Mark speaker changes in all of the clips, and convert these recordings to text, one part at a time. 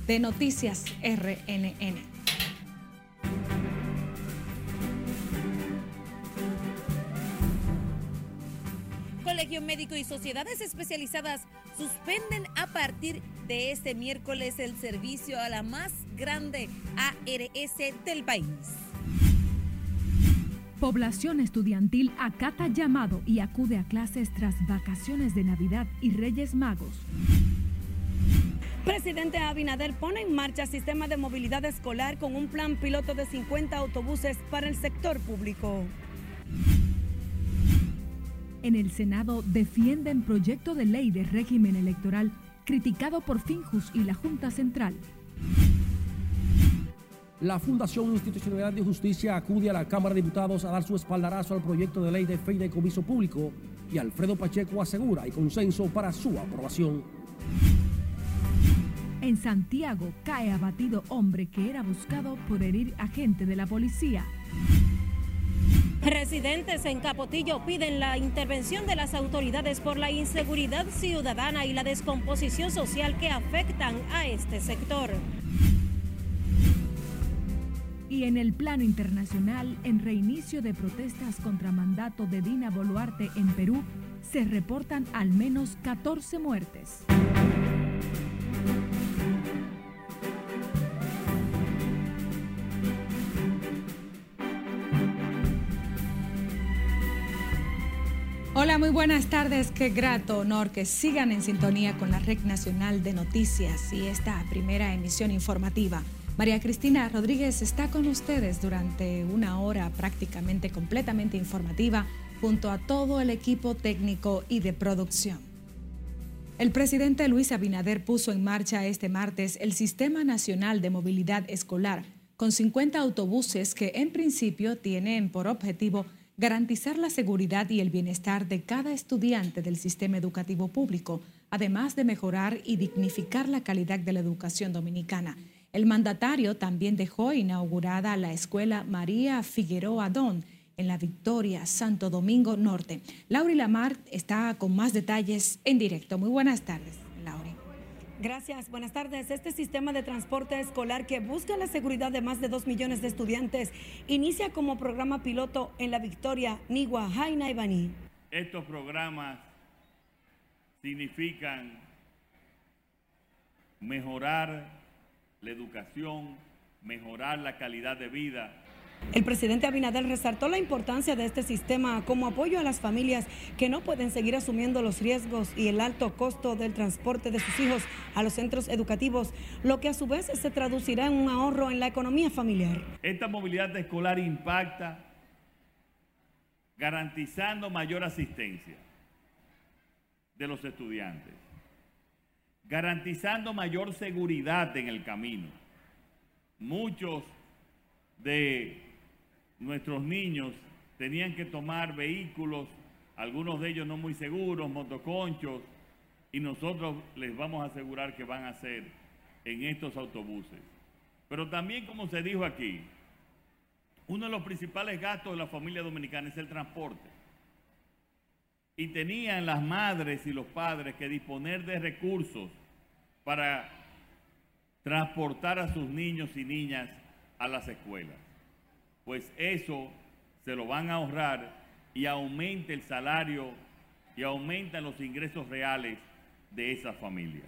Speaker 1: de Noticias RNN.
Speaker 2: Colegio Médico y sociedades especializadas suspenden a partir de este miércoles el servicio a la más grande ARS del país.
Speaker 3: Población estudiantil acata llamado y acude a clases tras vacaciones de Navidad y Reyes Magos.
Speaker 4: Presidente Abinader pone en marcha sistema de movilidad escolar con un plan piloto de 50 autobuses para el sector público.
Speaker 3: En el Senado defienden proyecto de ley de régimen electoral criticado por Finjus y la Junta Central.
Speaker 5: La Fundación Institucionalidad de Justicia acude a la Cámara de Diputados a dar su espaldarazo al proyecto de ley de fideicomiso público y Alfredo Pacheco asegura hay consenso para su aprobación.
Speaker 3: En Santiago cae abatido hombre que era buscado por herir agente de la policía.
Speaker 2: Residentes en Capotillo piden la intervención de las autoridades por la inseguridad ciudadana y la descomposición social que afectan a este sector.
Speaker 3: Y en el plano internacional, en reinicio de protestas contra mandato de Dina Boluarte en Perú, se reportan al menos 14 muertes.
Speaker 1: Hola, muy buenas tardes. Qué grato honor que sigan en sintonía con la Red Nacional de Noticias y esta primera emisión informativa. María Cristina Rodríguez está con ustedes durante una hora prácticamente completamente informativa junto a todo el equipo técnico y de producción. El presidente Luis Abinader puso en marcha este martes el Sistema Nacional de Movilidad Escolar con 50 autobuses que en principio tienen por objetivo garantizar la seguridad y el bienestar de cada estudiante del sistema educativo público, además de mejorar y dignificar la calidad de la educación dominicana. El mandatario también dejó inaugurada la escuela María Figueroa Don en La Victoria, Santo Domingo Norte. Lauri Lamar está con más detalles en directo. Muy buenas tardes, Lauri.
Speaker 4: Gracias, buenas tardes. Este sistema de transporte escolar que busca la seguridad de más de 2 millones de estudiantes inicia como programa piloto en La Victoria, Nigua, Jaina y Baní.
Speaker 6: Estos programas significan mejorar la educación, mejorar la calidad de vida.
Speaker 4: El presidente Abinader resaltó la importancia de este sistema como apoyo a las familias que no pueden seguir asumiendo los riesgos y el alto costo del transporte de sus hijos a los centros educativos, lo que a su vez se traducirá en un ahorro en la economía familiar.
Speaker 6: Esta movilidad escolar impacta garantizando mayor asistencia de los estudiantes, garantizando mayor seguridad en el camino. Muchos de nuestros niños tenían que tomar vehículos, algunos de ellos no muy seguros, motoconchos, y nosotros les vamos a asegurar que van a ser en estos autobuses. Pero también, como se dijo aquí, uno de los principales gastos de la familia dominicana es el transporte. Y tenían las madres y los padres que disponer de recursos para transportar a sus niños y niñas a las escuelas. Pues eso se lo van a ahorrar y aumenta el salario y aumentan los ingresos reales de esas familias.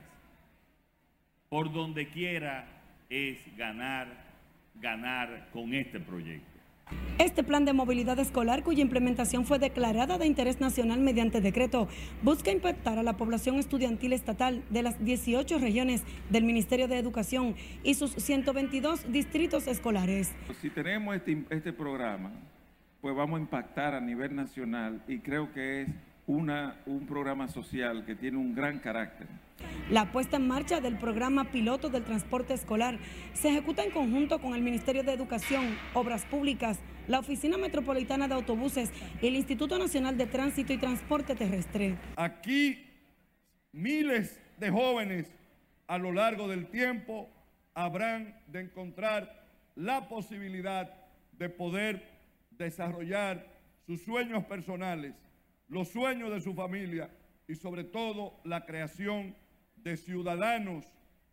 Speaker 6: Por donde quiera es ganar, ganar con este proyecto.
Speaker 4: Este plan de movilidad escolar, cuya implementación fue declarada de interés nacional mediante decreto, busca impactar a la población estudiantil estatal de las 18 regiones del Ministerio de Educación y sus 122 distritos escolares.
Speaker 7: Si tenemos este programa, pues vamos a impactar a nivel nacional y creo que es un programa social que tiene un gran carácter.
Speaker 4: La puesta en marcha del programa piloto del transporte escolar se ejecuta en conjunto con el Ministerio de Educación, Obras Públicas, la Oficina Metropolitana de Autobuses y el Instituto Nacional de Tránsito y Transporte Terrestre.
Speaker 8: Aquí miles de jóvenes a lo largo del tiempo habrán de encontrar la posibilidad de poder desarrollar sus sueños personales, los sueños de su familia y sobre todo la creación de ciudadanos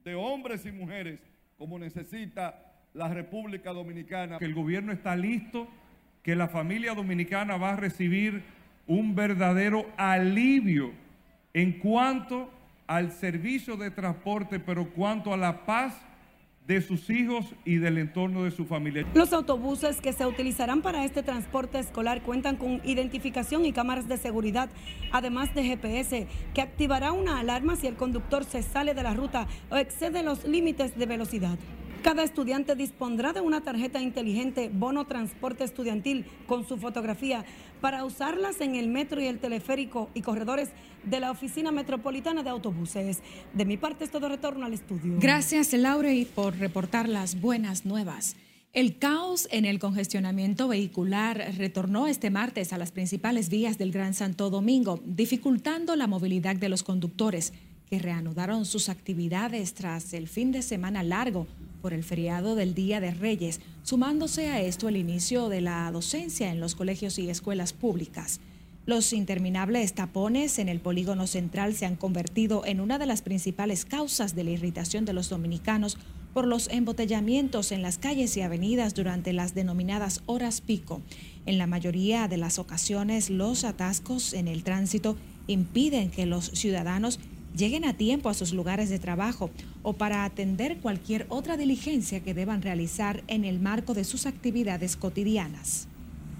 Speaker 8: de hombres y mujeres como necesita la República Dominicana.
Speaker 9: Que el gobierno está listo, que la familia dominicana va a recibir un verdadero alivio en cuanto al servicio de transporte, pero cuanto a la paz de sus hijos y del entorno de su familia.
Speaker 4: Los autobuses que se utilizarán para este transporte escolar cuentan con identificación y cámaras de seguridad, además de GPS, que activará una alarma si el conductor se sale de la ruta o excede los límites de velocidad. Cada estudiante dispondrá de una tarjeta inteligente Bono Transporte Estudiantil con su fotografía para usarlas en el metro y el teleférico y corredores de la Oficina Metropolitana de Autobuses. De mi parte es todo, retorno al estudio.
Speaker 1: Gracias, Laurey, por reportar las buenas nuevas. El caos en el congestionamiento vehicular retornó este martes a las principales vías del Gran Santo Domingo, dificultando la movilidad de los conductores, que reanudaron sus actividades tras el fin de semana largo por el feriado del Día de Reyes, sumándose a esto el inicio de la docencia en los colegios y escuelas públicas. Los interminables tapones en el polígono central se han convertido en una de las principales causas de la irritación de los dominicanos por los embotellamientos en las calles y avenidas durante las denominadas horas pico. En la mayoría de las ocasiones, los atascos en el tránsito impiden que los ciudadanos lleguen a tiempo a sus lugares de trabajo o para atender cualquier otra diligencia que deban realizar en el marco de sus actividades cotidianas.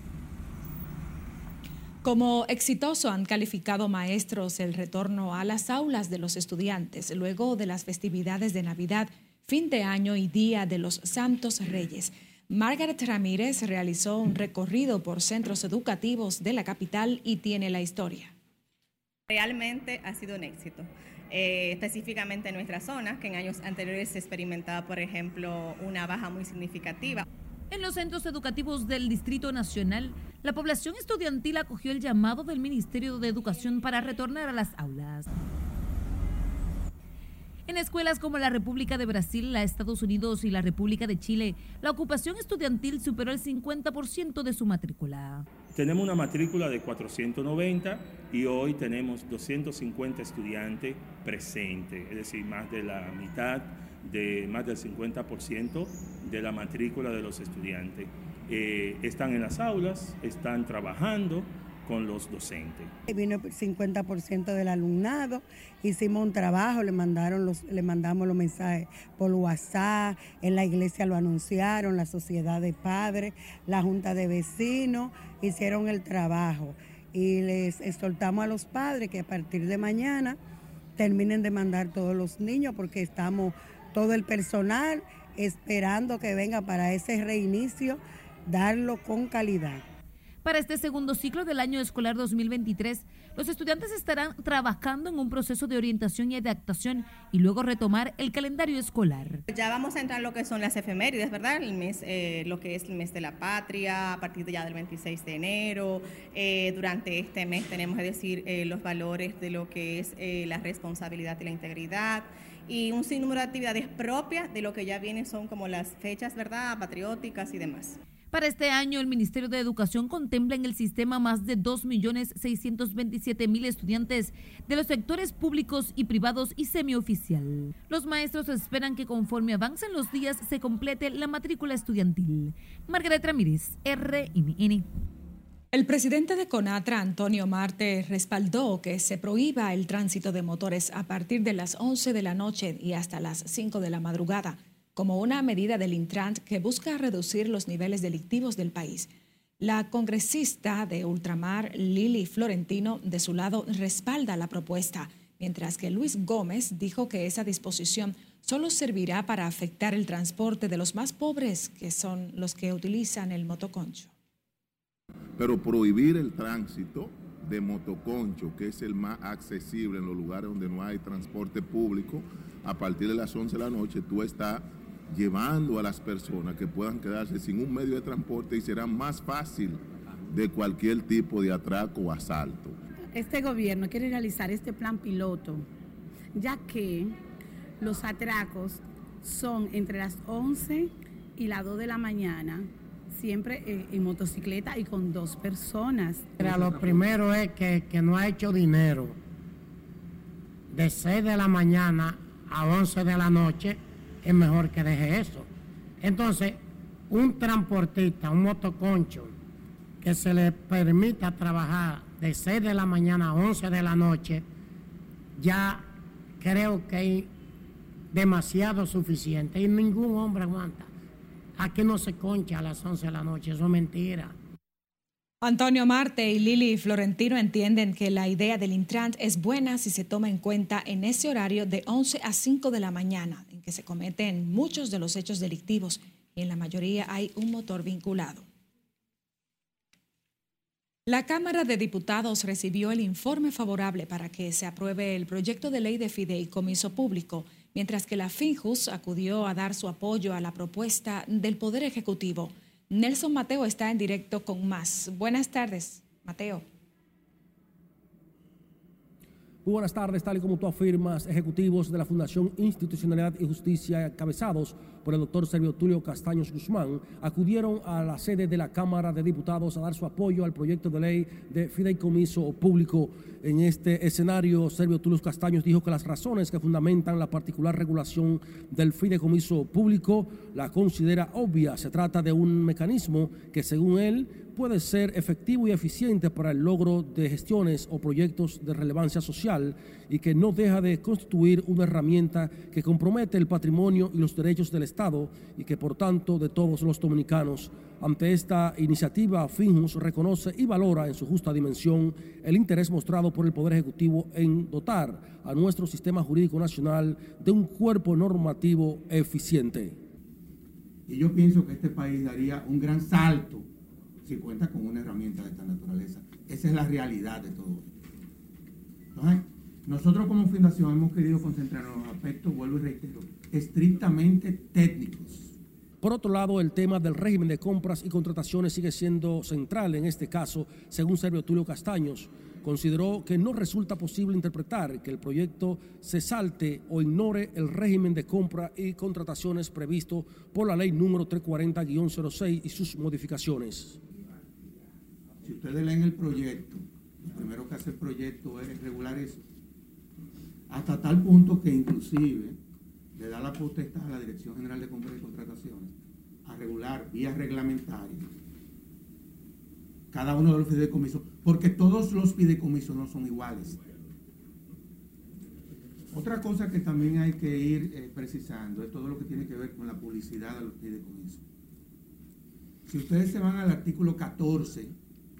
Speaker 1: Como exitoso han calificado maestros el retorno a las aulas de los estudiantes luego de las festividades de Navidad, fin de año y Día de los Santos Reyes. Margaret Ramírez realizó un recorrido por centros educativos de la capital y tiene la historia.
Speaker 10: Realmente ha sido un éxito, específicamente en nuestra zona, que en años anteriores se experimentaba, por ejemplo, una baja muy significativa.
Speaker 2: En los centros educativos del Distrito Nacional, la población estudiantil acogió el llamado del Ministerio de Educación para retornar a las aulas. En escuelas como la República de Brasil, la Estados Unidos y la República de Chile, la ocupación estudiantil superó el 50% de su matrícula.
Speaker 11: Tenemos una matrícula de 490 y hoy tenemos 250 estudiantes presentes, es decir, más de la mitad, más del 50% de la matrícula de los estudiantes. Están en las aulas, están trabajando con los docentes.
Speaker 12: Vino el 50% del alumnado, hicimos un trabajo, le mandamos los mensajes por WhatsApp, en la iglesia lo anunciaron, la sociedad de padres, la junta de vecinos, hicieron el trabajo y les exhortamos a los padres que a partir de mañana terminen de mandar todos los niños porque estamos todo el personal esperando que venga para ese reinicio, darlo con calidad.
Speaker 2: Para este segundo ciclo del año escolar 2023, los estudiantes estarán trabajando en un proceso de orientación y adaptación y luego retomar el calendario escolar.
Speaker 10: Ya vamos a entrar en lo que son las efemérides, ¿verdad? El mes, lo que es el mes de la patria, a partir de ya del 26 de enero. Durante este mes tenemos que decir los valores de lo que es la responsabilidad y la integridad. Y un sinnúmero de actividades propias de lo que ya vienen son como las fechas, ¿verdad?, patrióticas y demás.
Speaker 2: Para este año, el Ministerio de Educación contempla en el sistema más de 2.627.000 estudiantes de los sectores públicos y privados y semioficial. Los maestros esperan que conforme avancen los días se complete la matrícula estudiantil. Margaret Ramírez, RNN.
Speaker 1: El presidente de CONATRA, Antonio Marte, respaldó que se prohíba el tránsito de motores a partir de las 11 de la noche y hasta las 5 de la madrugada, como una medida del Intran que busca reducir los niveles delictivos del país. La congresista de Ultramar, Lili Florentino, de su lado, respalda la propuesta, mientras que Luis Gómez dijo que esa disposición solo servirá para afectar el transporte de los más pobres, que son los que utilizan el motoconcho.
Speaker 13: Pero prohibir el tránsito de motoconcho, que es el más accesible en los lugares donde no hay transporte público, a partir de las 11 de la noche tú estás llevando a las personas que puedan quedarse sin un medio de transporte y será más fácil de cualquier tipo de atraco o asalto.
Speaker 14: Este gobierno quiere realizar este plan piloto, ya que los atracos son entre las 11 y las 2 de la mañana, siempre en motocicleta y con 2 personas.
Speaker 15: Lo primero es que no ha hecho dinero de 6 de la mañana a 11 de la noche, es mejor que deje eso. Entonces, un transportista, un motoconcho, que se le permita trabajar de 6 de la mañana a 11 de la noche, ya creo que es demasiado suficiente y ningún hombre aguanta. Aquí no se concha a las 11 de la noche, eso es mentira.
Speaker 1: Antonio Marte y Lili Florentino entienden que la idea del Intran es buena si se toma en cuenta en ese horario de 11 a 5 de la mañana, en que se cometen muchos de los hechos delictivos y en la mayoría hay un motor vinculado. La Cámara de Diputados recibió el informe favorable para que se apruebe el proyecto de ley de fideicomiso público, mientras que la FINJUS acudió a dar su apoyo a la propuesta del Poder Ejecutivo. Nelson Mateo está en directo con más. Buenas tardes, Mateo.
Speaker 5: Muy buenas tardes. Tal y como tú afirmas, ejecutivos de la Fundación Institucionalidad y Justicia, encabezados por el doctor Servio Tulio Castaños Guzmán, acudieron a la sede de la Cámara de Diputados a dar su apoyo al proyecto de ley de fideicomiso público. En este escenario, Servio Tulio Castaños dijo que las razones que fundamentan la particular regulación del fideicomiso público la considera obvia. Se trata de un mecanismo que, según él, puede ser efectivo y eficiente para el logro de gestiones o proyectos de relevancia social y que no deja de constituir una herramienta que compromete el patrimonio y los derechos del Estado y que, por tanto, de todos los dominicanos. Ante esta iniciativa, FINJUS reconoce y valora en su justa dimensión el interés mostrado por el Poder Ejecutivo en dotar a nuestro sistema jurídico nacional de un cuerpo normativo eficiente.
Speaker 16: Y yo pienso que este país daría un gran salto si cuenta con una herramienta de esta naturaleza. Esa es la realidad de todo esto. Entonces, nosotros como fundación hemos querido concentrarnos en los aspectos, vuelvo y reitero, estrictamente técnicos.
Speaker 5: Por otro lado, el tema del régimen de compras y contrataciones sigue siendo central en este caso, según Servio Tulio Castaños. Consideró que no resulta posible interpretar que el proyecto se salte o ignore el régimen de compra y contrataciones previsto por la ley número 340-06 y sus modificaciones.
Speaker 16: Si ustedes leen el proyecto, lo primero que hace el proyecto es regular eso, hasta tal punto que inclusive le da la potestad a la Dirección General de Compras y Contrataciones a regular vía reglamentaria cada uno de los fideicomisos, porque todos los fideicomisos no son iguales. Otra cosa que también hay que ir precisando es todo lo que tiene que ver con la publicidad de los fideicomisos. Si ustedes se van al artículo 14,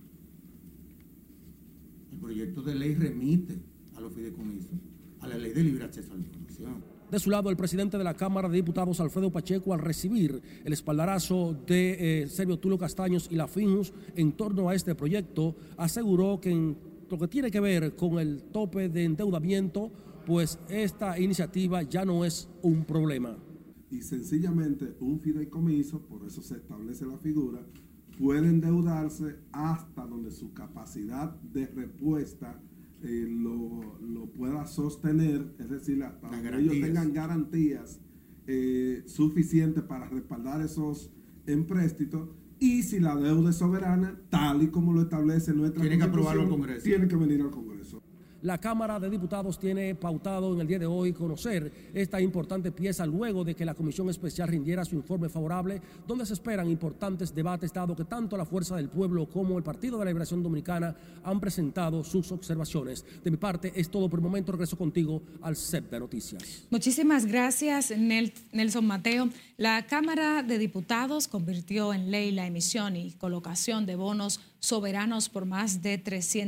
Speaker 16: el proyecto de ley remite a los fideicomisos a la ley de libre acceso a la información.
Speaker 5: De su lado, el presidente de la Cámara de Diputados, Alfredo Pacheco, al recibir el espaldarazo de Servio Tulio Castaños y la FINJUS en torno a este proyecto, aseguró que en lo que tiene que ver con el tope de endeudamiento, pues esta iniciativa ya no es un problema.
Speaker 17: Y sencillamente un fideicomiso, por eso se establece la figura, puede endeudarse hasta donde su capacidad de respuesta lo pueda sostener, es decir, hasta donde ellos tengan garantías suficientes para respaldar esos empréstitos, y si la deuda es soberana, tal y como lo establece nuestra Constitución,
Speaker 16: tiene que aprobarlo el Congreso.
Speaker 17: Tiene que venir al Congreso.
Speaker 5: La Cámara de Diputados tiene pautado en el día de hoy conocer esta importante pieza luego de que la Comisión Especial rindiera su informe favorable, donde se esperan importantes debates, dado que tanto la Fuerza del Pueblo como el Partido de la Liberación Dominicana han presentado sus observaciones. De mi parte es todo por el momento. Regreso contigo al set de noticias.
Speaker 1: Muchísimas gracias, Nelson Mateo. La Cámara de Diputados convirtió en ley la emisión y colocación de bonos soberanos por más de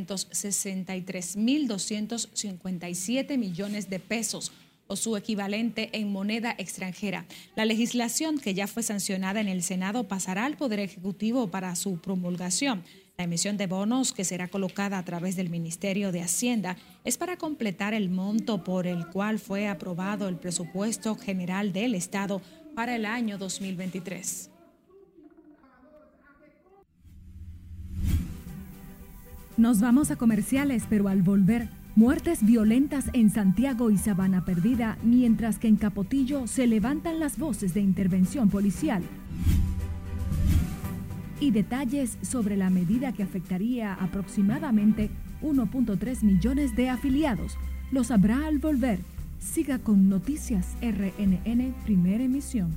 Speaker 1: 363.257 millones de pesos o su equivalente en moneda extranjera. La legislación, que ya fue sancionada en el Senado, pasará al Poder Ejecutivo para su promulgación. La emisión de bonos, que será colocada a través del Ministerio de Hacienda, es para completar el monto por el cual fue aprobado el presupuesto general del Estado para el año 2023.
Speaker 3: Nos vamos a comerciales, pero al volver, muertes violentas en Santiago y Sabana Perdida, mientras que en Capotillo se levantan las voces de intervención policial. Y detalles sobre la medida que afectaría aproximadamente 1.3 millones de afiliados. Lo sabrá al volver. Siga con Noticias RNN, primera emisión.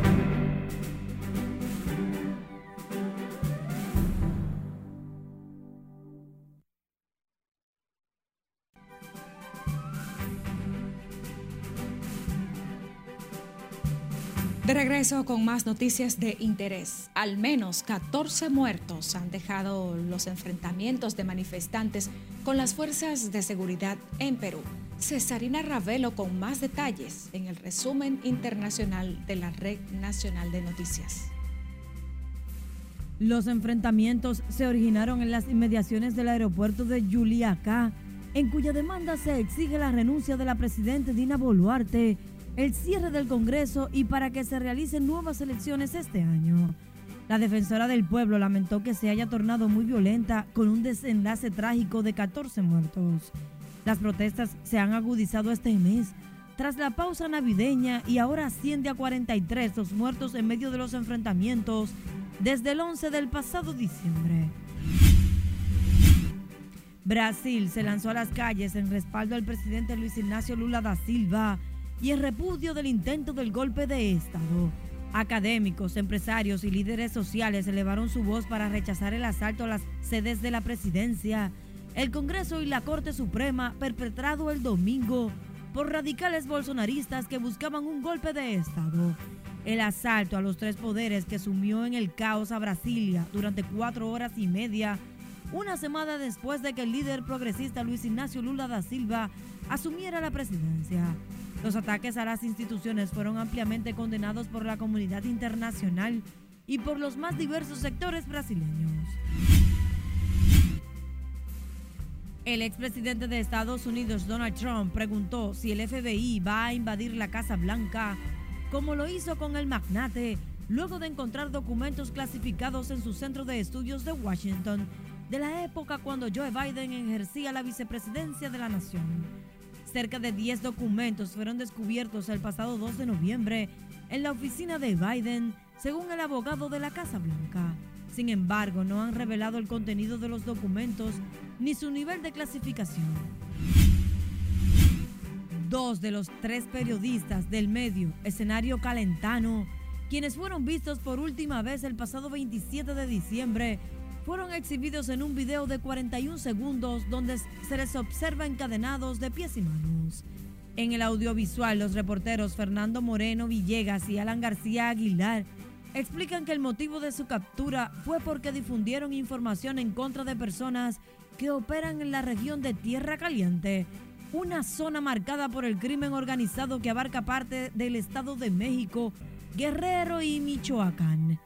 Speaker 1: De regreso con más noticias de interés. Al menos 14 muertos han dejado los enfrentamientos de manifestantes con las fuerzas de seguridad en Perú. Cesarina Ravelo con más detalles en el resumen internacional de la Red Nacional de Noticias.
Speaker 18: Los enfrentamientos se originaron en las inmediaciones del aeropuerto de Juliaca, en cuya demanda se exige la renuncia de la presidenta Dina Boluarte, el cierre del Congreso y para que se realicen nuevas elecciones este año. La defensora del pueblo lamentó que se haya tornado muy violenta con un desenlace trágico de 14 muertos. Las protestas se han agudizado este mes tras la pausa navideña y ahora asciende a 43 los muertos en medio de los enfrentamientos desde el 11 del pasado diciembre. Brasil se lanzó a las calles en respaldo al presidente Luis Ignacio Lula da Silva y en repudio del intento del golpe de Estado. Académicos, empresarios y líderes sociales elevaron su voz para rechazar el asalto a las sedes de la presidencia, el Congreso y la Corte Suprema perpetrado el domingo por radicales bolsonaristas que buscaban un golpe de Estado. El asalto a los tres poderes que sumió en el caos a Brasilia durante 4 horas y media, una semana después de que el líder progresista Luis Ignacio Lula da Silva asumiera la presidencia. Los ataques a las instituciones fueron ampliamente condenados por la comunidad internacional y por los más diversos sectores brasileños. El expresidente de Estados Unidos, Donald Trump, preguntó si el FBI va a invadir la Casa Blanca, como lo hizo con el magnate, luego de encontrar documentos clasificados en su centro de estudios de Washington, de la época cuando Joe Biden ejercía la vicepresidencia de la nación. Cerca de 10 documentos fueron descubiertos el pasado 2 de noviembre en la oficina de Biden, según el abogado de la Casa Blanca. Sin embargo, no han revelado el contenido de los documentos ni su nivel de clasificación. 2 de los 3 periodistas del medio Escenario Calentano, quienes fueron vistos por última vez el pasado 27 de diciembre, fueron exhibidos en un video de 41 segundos donde se les observa encadenados de pies y manos. En el audiovisual, los reporteros Fernando Moreno Villegas y Alan García Aguilar explican que el motivo de su captura fue porque difundieron información en contra de personas que operan en la región de Tierra Caliente, una zona marcada por el crimen organizado que abarca parte del Estado de México, Guerrero y Michoacán.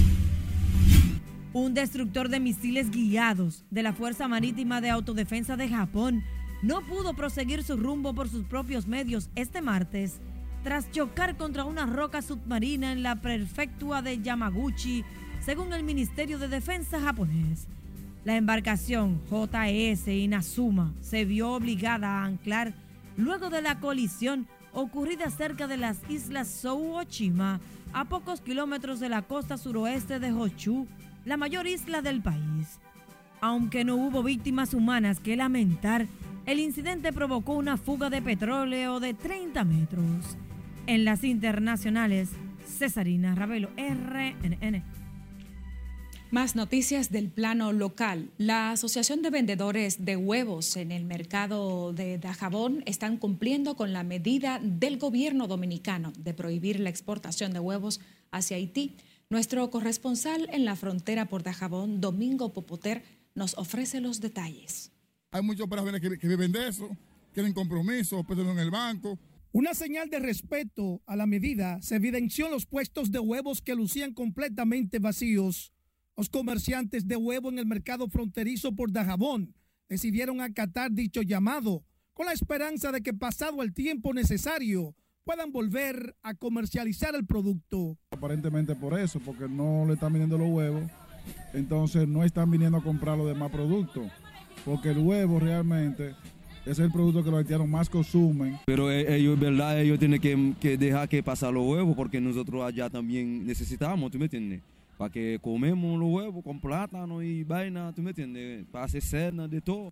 Speaker 18: Un destructor de misiles guiados de la Fuerza Marítima de Autodefensa de Japón no pudo proseguir su rumbo por sus propios medios este martes tras chocar contra una roca submarina en la prefectura de Yamaguchi, según el Ministerio de Defensa japonés. La embarcación JS Inazuma se vio obligada a anclar luego de la colisión ocurrida cerca de las islas Sou-Ochima, a pocos kilómetros de la costa suroeste de Honshu, la mayor isla del país. Aunque no hubo víctimas humanas que lamentar, el incidente provocó una fuga de petróleo de 30 metros. En las internacionales, Cesarina Ravelo, RNN.
Speaker 1: Más noticias del plano local. La Asociación de Vendedores de Huevos en el mercado de Dajabón están cumpliendo con la medida del gobierno dominicano de prohibir la exportación de huevos hacia Haití. Nuestro corresponsal en la frontera por Dajabón, Domingo Popoter, nos ofrece los detalles.
Speaker 19: Hay muchos operadores que viven de eso, quieren compromiso, pésenlo en el banco.
Speaker 20: Una señal de respeto a la medida se evidenció en los puestos de huevos que lucían completamente vacíos. Los comerciantes de huevo en el mercado fronterizo por Dajabón decidieron acatar dicho llamado con la esperanza de que pasado el tiempo necesario puedan volver a comercializar el producto.
Speaker 19: Aparentemente por eso, porque no le están vendiendo los huevos, entonces no están viniendo a comprar los demás productos, porque el huevo realmente es el producto que los haitianos más consumen.
Speaker 21: Pero ellos, ¿verdad? Ellos tienen que dejar que pasar los huevos, porque nosotros allá también necesitamos, ¿tú me entiendes? Para que comemos los huevos con plátano y vaina, ¿tú me entiendes? Para hacer cena, de todo.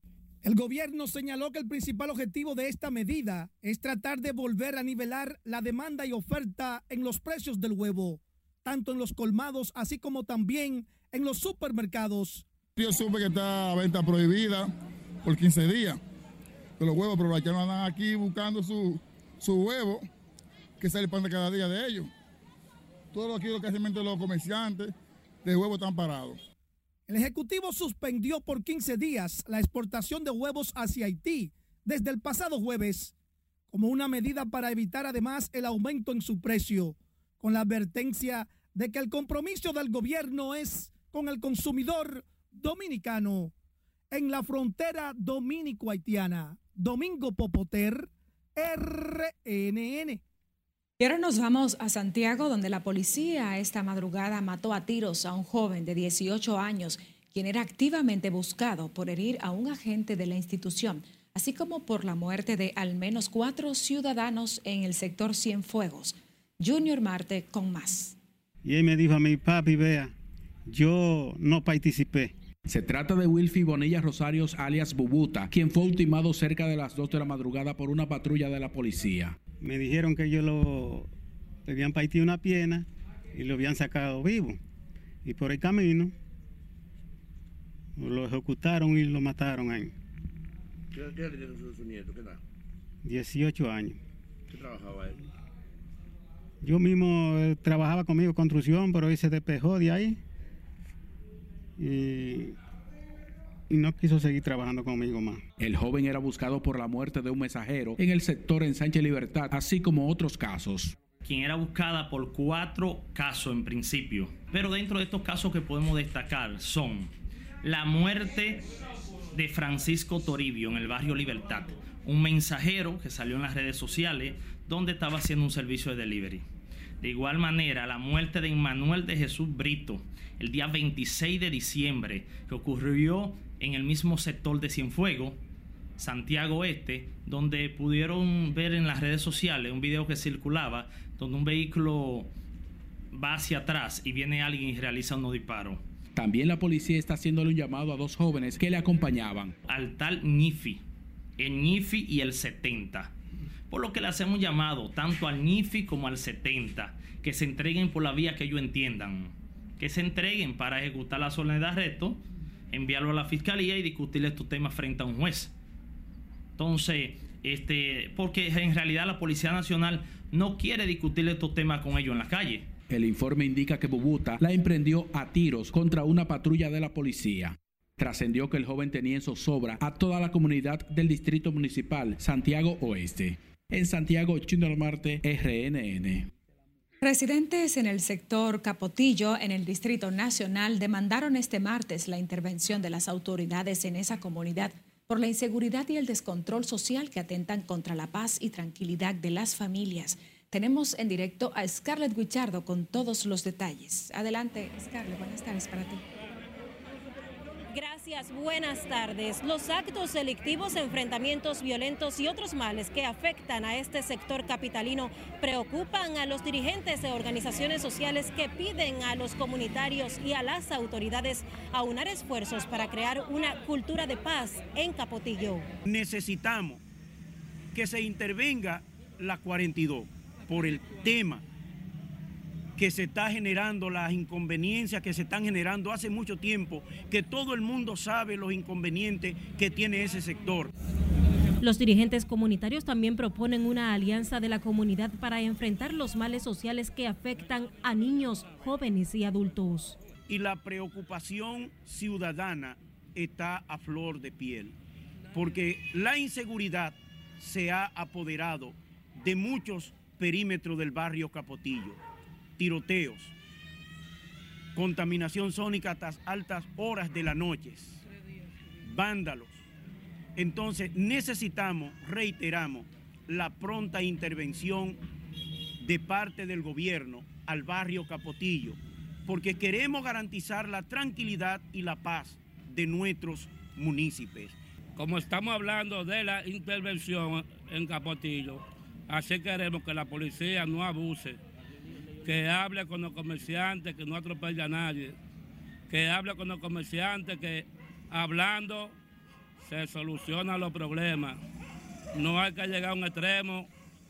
Speaker 20: El gobierno señaló que el principal objetivo de esta medida es tratar de volver a nivelar la demanda y oferta en los precios del huevo, tanto en los colmados así como también en los supermercados.
Speaker 19: Yo supe que está a venta prohibida por 15 días de los huevos, pero los haitianos andan aquí buscando su huevo, que es el pan de cada día de ellos. Todo aquí, casi los comerciantes de huevos están parados.
Speaker 20: El Ejecutivo suspendió por 15 días la exportación de huevos hacia Haití desde el pasado jueves, como una medida para evitar además el aumento en su precio, con la advertencia de que el compromiso del gobierno es con el consumidor dominicano. En la frontera dominico-haitiana, Domingo Popoter, RNN.
Speaker 1: Y ahora nos vamos a Santiago, donde la policía esta madrugada mató a tiros a un joven de 18 años, quien era activamente buscado por herir a un agente de la institución, así como por la muerte de al menos 4 ciudadanos en el sector Cienfuegos. Junior Marte con más.
Speaker 6: Y él me dijo a mi papi, vea, yo no participé.
Speaker 22: Se trata de Wilfy Bonilla Rosarios alias Bubuta, quien fue ultimado cerca de las 2 de la madrugada por una patrulla de la policía.
Speaker 6: Me dijeron que ellos le habían partido una pierna y lo habían sacado vivo. Y por el camino lo ejecutaron y lo mataron ahí.
Speaker 23: ¿Qué edad tiene su nieto? ¿Qué edad?
Speaker 6: 18 años.
Speaker 23: ¿Qué trabajaba él?
Speaker 6: Yo mismo trabajaba conmigo en construcción, pero él se despejó de ahí y no quiso seguir trabajando conmigo más.
Speaker 22: El joven era buscado por la muerte de un mensajero en el sector Ensanche Libertad, así como otros casos.
Speaker 24: Quien era buscada por 4 casos en principio, pero dentro de estos casos que podemos destacar son la muerte de Francisco Toribio en el barrio Libertad, un mensajero que salió en las redes sociales donde estaba haciendo un servicio de delivery. De igual manera, la muerte de Emmanuel de Jesús Brito el día 26 de diciembre, que ocurrió en el mismo sector de Cienfuegos, Santiago Este, donde pudieron ver en las redes sociales un video que circulaba donde un vehículo va hacia atrás y viene alguien y realiza unos disparos.
Speaker 22: También la policía está haciéndole un llamado a 2 jóvenes que le acompañaban.
Speaker 24: Al tal Ñifi, el Ñifi y el 70. Por lo que le hacemos un llamado tanto al Ñifi como al 70, que se entreguen por la vía que ellos entiendan, que se entreguen para ejecutar la orden de arresto, enviarlo a la fiscalía y discutir estos temas frente a un juez. Entonces, porque en realidad la Policía Nacional no quiere discutir estos temas con ellos en la calle.
Speaker 22: El informe indica que Bubuta la emprendió a tiros contra una patrulla de la policía. Trascendió que el joven tenía en zozobra a toda la comunidad del Distrito Municipal Santiago Oeste. En Santiago, Junior Marte, RNN.
Speaker 1: Residentes en el sector Capotillo, en el Distrito Nacional, demandaron este martes la intervención de las autoridades en esa comunidad por la inseguridad y el descontrol social que atentan contra la paz y tranquilidad de las familias. Tenemos en directo a Scarlett Guichardo con todos los detalles. Adelante, Scarlett, buenas tardes para ti.
Speaker 25: Gracias, buenas tardes. Los actos delictivos, enfrentamientos violentos y otros males que afectan a este sector capitalino preocupan a los dirigentes de organizaciones sociales que piden a los comunitarios y a las autoridades aunar esfuerzos para crear una cultura de paz en Capotillo.
Speaker 26: Necesitamos que se intervenga la 42 por el tema que se está generando, las inconveniencias que se están generando hace mucho tiempo, que todo el mundo sabe los inconvenientes que tiene ese sector.
Speaker 25: Los dirigentes comunitarios también proponen una alianza de la comunidad para enfrentar los males sociales que afectan a niños, jóvenes y adultos.
Speaker 26: Y la preocupación ciudadana está a flor de piel, porque la inseguridad se ha apoderado de muchos perímetros del barrio Capotillo. Tiroteos, contaminación sónica hasta altas horas de la noche, vándalos. Entonces necesitamos, reiteramos, la pronta intervención de parte del gobierno al barrio Capotillo, porque queremos garantizar la tranquilidad y la paz de nuestros municipios.
Speaker 27: Como estamos hablando de la intervención en Capotillo, así queremos que la policía no abuse, que hable con los comerciantes, que no atropelle a nadie, que hable con los comerciantes, que hablando se solucionan los problemas. No hay que llegar a un extremo,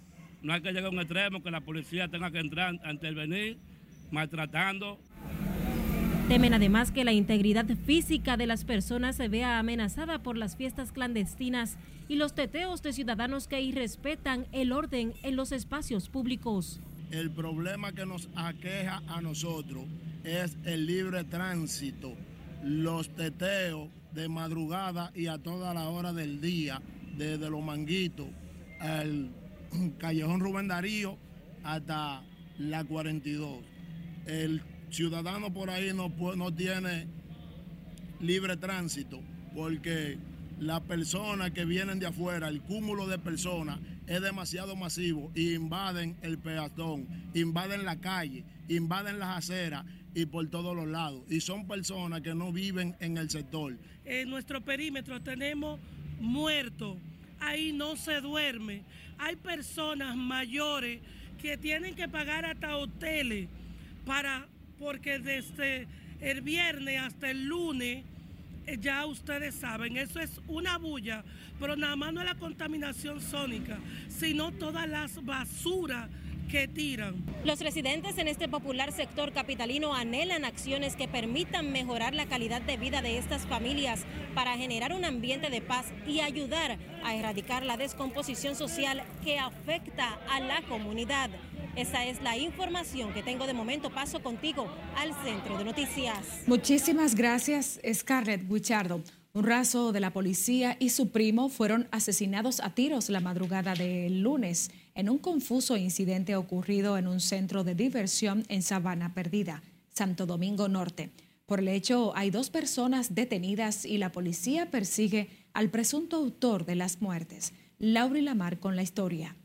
Speaker 27: que la policía tenga que entrar a intervenir maltratando.
Speaker 25: Temen además que la integridad física de las personas se vea amenazada por las fiestas clandestinas y los teteos de ciudadanos que irrespetan el orden en los espacios públicos.
Speaker 4: El problema que nos aqueja a nosotros es el libre tránsito, los teteos de madrugada y a toda la hora del día, desde Los Manguitos al Callejón Rubén Darío hasta la 42. El ciudadano por ahí no tiene libre tránsito porque las personas que vienen de afuera, el cúmulo de personas es demasiado masivo y invaden el peatón, invaden la calle, invaden las aceras y por todos los lados. Y son personas que no viven en el sector.
Speaker 7: En nuestro perímetro tenemos muertos, ahí no se duerme. Hay personas mayores que tienen que pagar hasta hoteles porque desde el viernes hasta el lunes, ya ustedes saben, eso es una bulla, pero nada más no es la contaminación sónica, sino todas las basuras que tiran.
Speaker 25: Los residentes en este popular sector capitalino anhelan acciones que permitan mejorar la calidad de vida de estas familias para generar un ambiente de paz y ayudar a erradicar la descomposición social que afecta a la comunidad. Esa es la información que tengo de momento. Paso contigo al Centro de Noticias.
Speaker 1: Muchísimas gracias, Scarlett Guichardo. Un raso de la policía y su primo fueron asesinados a tiros la madrugada del lunes en un confuso incidente ocurrido en un centro de diversión en Sabana Perdida, Santo Domingo Norte. Por el hecho, hay 2 personas detenidas y la policía persigue al presunto autor de las muertes. Lauri Lamar con la historia.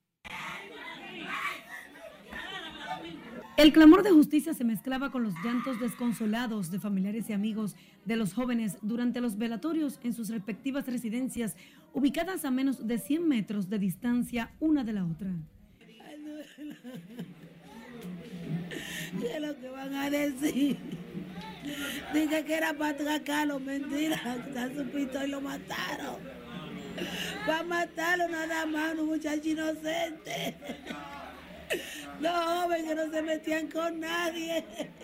Speaker 8: El clamor de justicia se mezclaba con los llantos desconsolados de familiares y amigos de los jóvenes durante los velatorios en sus respectivas residencias, ubicadas a menos de 100 metros de distancia una de la otra.
Speaker 9: ¿Qué es lo que van a decir? Dije que era para atracarlo, mentira, está su pistola y lo mataron. Va a matarlo nada más, un muchacho inocente. Dos jóvenes que no se metían con nadie.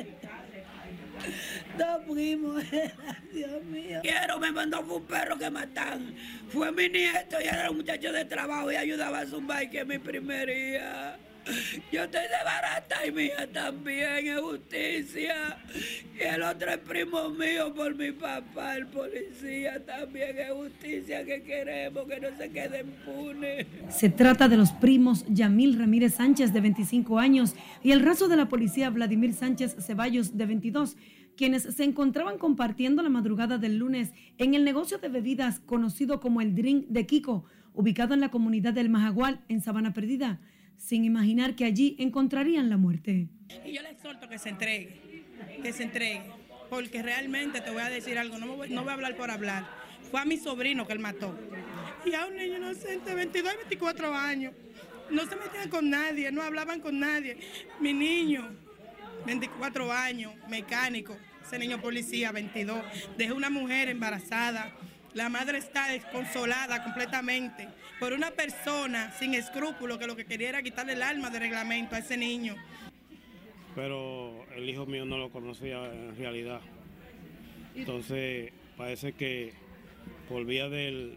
Speaker 9: 2 primos. Dios mío.
Speaker 10: Quiero, me mandó fue un perro que matan. Fue mi nieto y era un muchacho de trabajo y ayudaba a zumbar, que es mi primería. Yo estoy de barata y mi hija también, es justicia. Y el otro es primo mío por mi papá, el policía, también es justicia que queremos, que no se quede impune.
Speaker 8: Se trata de los primos Yamil Ramírez Sánchez, de 25 años, y el raso de la policía Vladimir Sánchez Ceballos, de 22, quienes se encontraban compartiendo la madrugada del lunes en el negocio de bebidas conocido como el Drink de Kiko, ubicado en la comunidad del Majagual, en Sabana Perdida, sin imaginar que allí encontrarían la muerte.
Speaker 9: Y yo le exhorto que se entregue, porque realmente te voy a decir algo, no voy a hablar por hablar. Fue a mi sobrino que él mató. Y a un niño inocente, 22, 24 años, no se metían con nadie, no hablaban con nadie. Mi niño, 24 años, mecánico, ese niño policía, 22, dejó una mujer embarazada. La madre está desconsolada completamente por una persona sin escrúpulos que lo que quería era quitarle el alma de reglamento a ese niño.
Speaker 6: Pero el hijo mío no lo conocía en realidad. Entonces parece que por vía del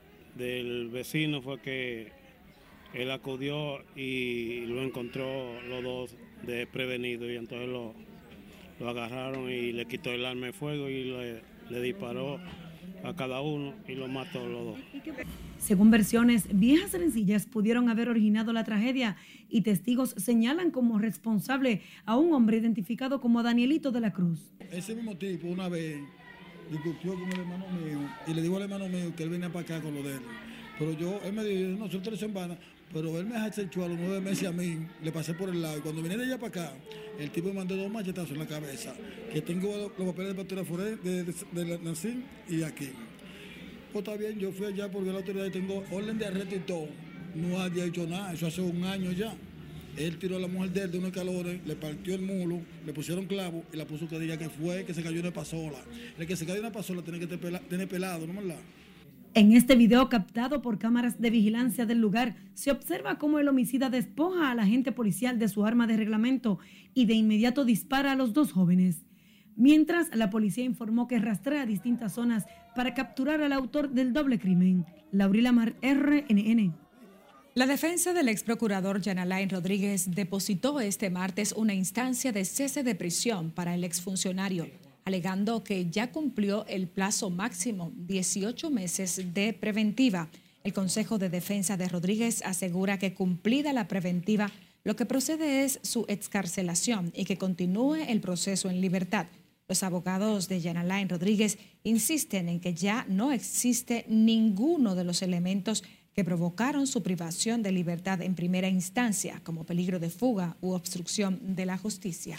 Speaker 6: vecino fue que él acudió y lo encontró los 2 desprevenidos y entonces lo agarraron y le quitó el arma de fuego y le disparó a cada uno y lo mató los 2.
Speaker 8: Según versiones, viejas rencillas pudieron haber originado la tragedia y testigos señalan como responsable a un hombre identificado como Danielito de la Cruz.
Speaker 11: Ese mismo tipo una vez discutió con el hermano mío y le dijo al hermano mío que él venía para acá con lo de él. Pero él me dijo, no, son 3 semanas, pero él me echó a los 9 meses a mí, le pasé por el lado y cuando vine de allá para acá, el tipo me mandó 2 machetazos en la cabeza, que tengo los papeles de factura de la Nacín y aquí. Pues está bien, yo fui allá porque la autoridad tengo orden de arresto y todo, no había hecho nada, eso hace 1 año ya. Él tiró a la mujer de él de unos calores, le partió el mulo, le pusieron clavo y la puso que diga que fue que se cayó en una pasola. El que se cayó en una pasola tiene que tener pelado, ¿no es verdad?
Speaker 8: En este video captado por cámaras de vigilancia del lugar, se observa cómo el homicida despoja al agente policial de su arma de reglamento y de inmediato dispara a los dos jóvenes. Mientras, la policía informó que rastrea distintas zonas para capturar al autor del doble crimen. Laurila Mar, RNN.
Speaker 1: La defensa del ex procurador Jan Alain Rodríguez depositó este martes una instancia de cese de prisión para el exfuncionario, alegando que ya cumplió el plazo máximo, 18 meses de preventiva. El Consejo de Defensa de Rodríguez asegura que cumplida la preventiva, lo que procede es su excarcelación y que continúe el proceso en libertad. Los abogados de Jan Alain Rodríguez insisten en que ya no existe ninguno de los elementos que provocaron su privación de libertad en primera instancia, como peligro de fuga u obstrucción de la justicia.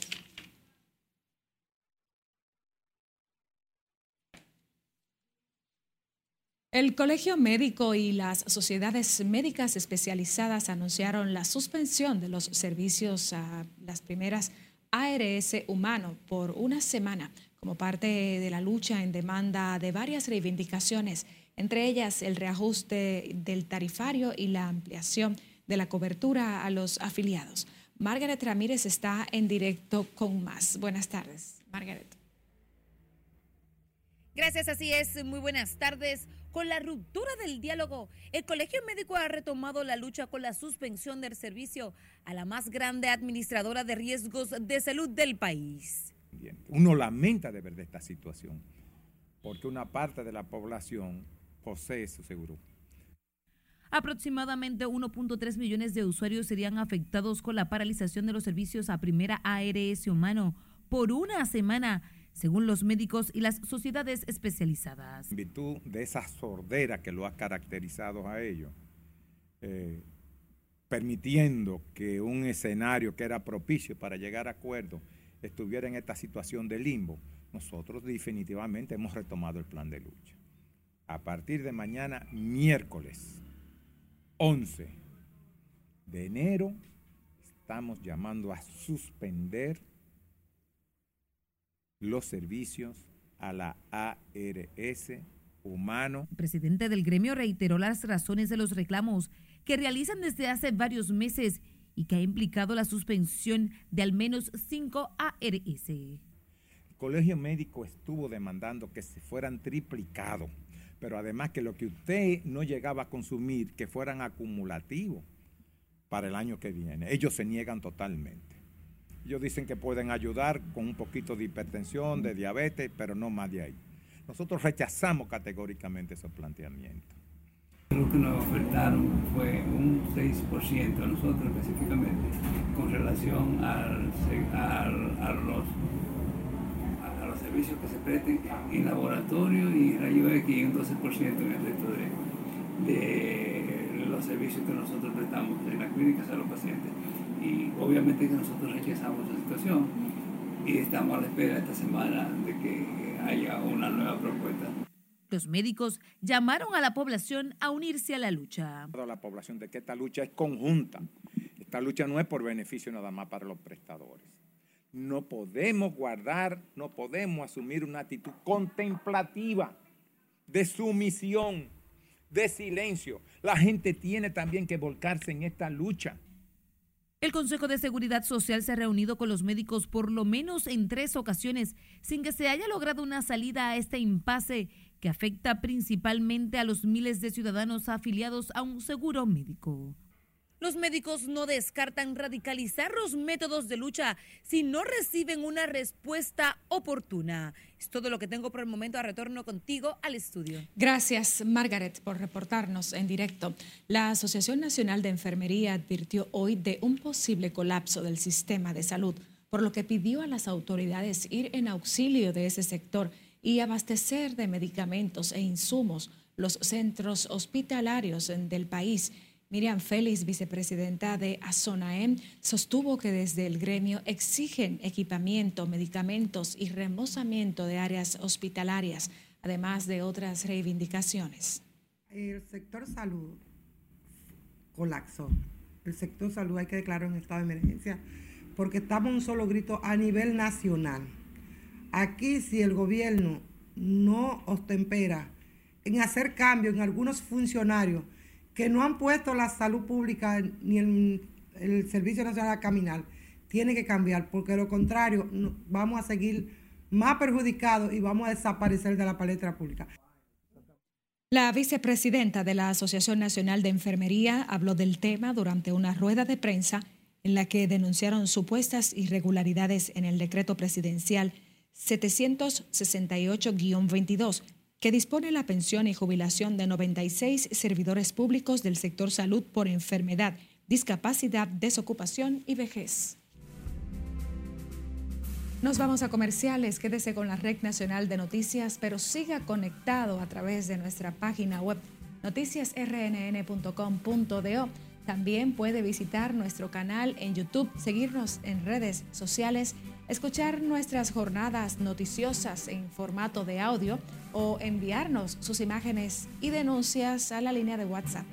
Speaker 1: El Colegio Médico y las sociedades médicas especializadas anunciaron la suspensión de los servicios a las primeras ARS humano por una semana como parte de la lucha en demanda de varias reivindicaciones, entre ellas el reajuste del tarifario y la ampliación de la cobertura a los afiliados. Margaret Ramírez está en directo con más. Buenas tardes, Margaret.
Speaker 2: Gracias, así es. Muy buenas tardes. Con la ruptura del diálogo, el Colegio Médico ha retomado la lucha con la suspensión del servicio a la más grande administradora de riesgos de salud del país.
Speaker 12: Uno lamenta de verdad esta situación, porque una parte de la población posee su seguro.
Speaker 2: Aproximadamente 1.3 millones de usuarios serían afectados con la paralización de los servicios a primera ARS humano por una semana, según los médicos y las sociedades especializadas.
Speaker 12: En virtud de esa sordera que lo ha caracterizado a ellos, permitiendo que un escenario que era propicio para llegar a acuerdos estuviera en esta situación de limbo, nosotros definitivamente hemos retomado el plan de lucha. A partir de mañana, miércoles 11 de enero, estamos llamando a suspender los servicios a la ARS humano.
Speaker 2: El presidente del gremio reiteró las razones de los reclamos que realizan desde hace varios meses y que ha implicado la suspensión de al menos 5 ARS.
Speaker 12: El Colegio Médico estuvo demandando que se fueran triplicados, pero además que lo que usted no llegaba a consumir, que fueran acumulativos para el año que viene. Ellos se niegan totalmente. Ellos dicen que pueden ayudar con un poquito de hipertensión, de diabetes, pero no más de ahí. Nosotros rechazamos categóricamente esos planteamientos.
Speaker 13: Lo que nos ofertaron fue un 6% a nosotros específicamente con relación a los servicios que se presten en laboratorio y rayos X y un 12% en el resto de los servicios que nosotros prestamos en las clínicas a los pacientes. Y obviamente que nosotros rechazamos esa situación y estamos a la espera esta semana de que haya una nueva propuesta.
Speaker 2: Los médicos llamaron a la población a unirse a la lucha.
Speaker 12: A la población de que esta lucha es conjunta. Esta lucha no es por beneficio nada más para los prestadores. No podemos no podemos asumir una actitud contemplativa, de sumisión, de silencio. La gente tiene también que volcarse en esta lucha.
Speaker 2: El Consejo de Seguridad Social se ha reunido con los médicos por lo menos en 3 ocasiones, sin que se haya logrado una salida a este impasse que afecta principalmente a los miles de ciudadanos afiliados a un seguro médico. Los médicos no descartan radicalizar los métodos de lucha si no reciben una respuesta oportuna. Es todo lo que tengo por el momento. Retorno contigo al estudio.
Speaker 1: Gracias, Margaret, por reportarnos en directo. La Asociación Nacional de Enfermería advirtió hoy de un posible colapso del sistema de salud, por lo que pidió a las autoridades ir en auxilio de ese sector y abastecer de medicamentos e insumos los centros hospitalarios del país. Miriam Félix, vicepresidenta de ASONAEM, sostuvo que desde el gremio exigen equipamiento, medicamentos y remozamiento de áreas hospitalarias, además de otras reivindicaciones.
Speaker 14: El sector salud colapsó. El sector salud hay que declarar un estado de emergencia porque estamos en un solo grito a nivel nacional. Aquí, si el gobierno no ostempera en hacer cambios en algunos funcionarios que no han puesto la salud pública ni el Servicio Nacional a caminar, tiene que cambiar, porque de lo contrario vamos a seguir más perjudicados y vamos a desaparecer de la palestra pública.
Speaker 1: La vicepresidenta de la Asociación Nacional de Enfermería habló del tema durante una rueda de prensa en la que denunciaron supuestas irregularidades en el decreto presidencial 768-22, que dispone la pensión y jubilación de 96 servidores públicos del sector salud por enfermedad, discapacidad, desocupación y vejez. Nos vamos a comerciales, quédese con la Red Nacional de Noticias, pero siga conectado a través de nuestra página web noticiasrnn.com.do. También puede visitar nuestro canal en YouTube, seguirnos en redes sociales, escuchar nuestras jornadas noticiosas en formato de audio o enviarnos sus imágenes y denuncias a la línea de WhatsApp.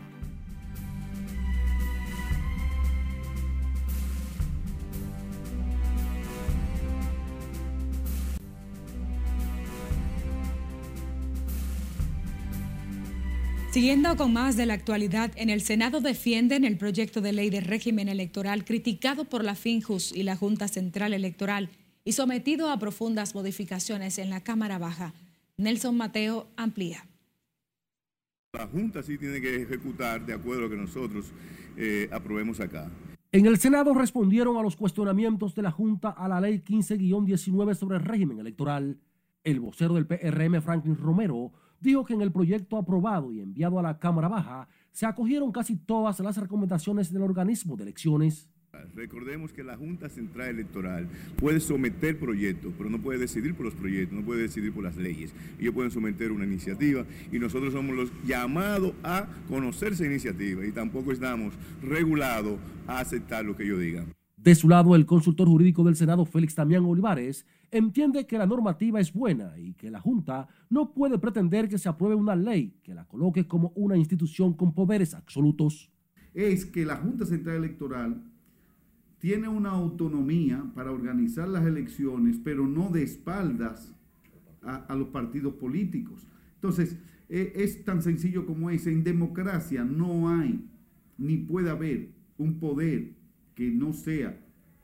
Speaker 1: Siguiendo con más de la actualidad, en el Senado defienden el proyecto de ley de régimen electoral criticado por la FINJUS y la Junta Central Electoral y sometido a profundas modificaciones en la Cámara Baja. Nelson Mateo amplía.
Speaker 3: La Junta sí tiene que ejecutar de acuerdo a lo que nosotros aprobemos acá.
Speaker 5: En el Senado respondieron a los cuestionamientos de la Junta a la Ley 15-19 sobre el régimen electoral. El vocero del PRM, Franklin Romero, dijo que en el proyecto aprobado y enviado a la Cámara Baja se acogieron casi todas las recomendaciones del organismo de elecciones.
Speaker 3: Recordemos que la Junta Central Electoral puede someter proyectos, pero no puede decidir por los proyectos, no puede decidir por las leyes. Ellos pueden someter una iniciativa y nosotros somos los llamados a conocer esa iniciativa y tampoco estamos regulados a aceptar lo que ellos digan.
Speaker 5: De su lado, el consultor jurídico del Senado, Félix Damián Olivares, entiende que la normativa es buena y que la Junta no puede pretender que se apruebe una ley que la coloque como una institución con poderes absolutos.
Speaker 15: Es que la Junta Central Electoral tiene una autonomía para organizar las elecciones, pero no de espaldas a los partidos políticos. Entonces, es tan sencillo como eso. En democracia no hay, ni puede haber un poder que no sea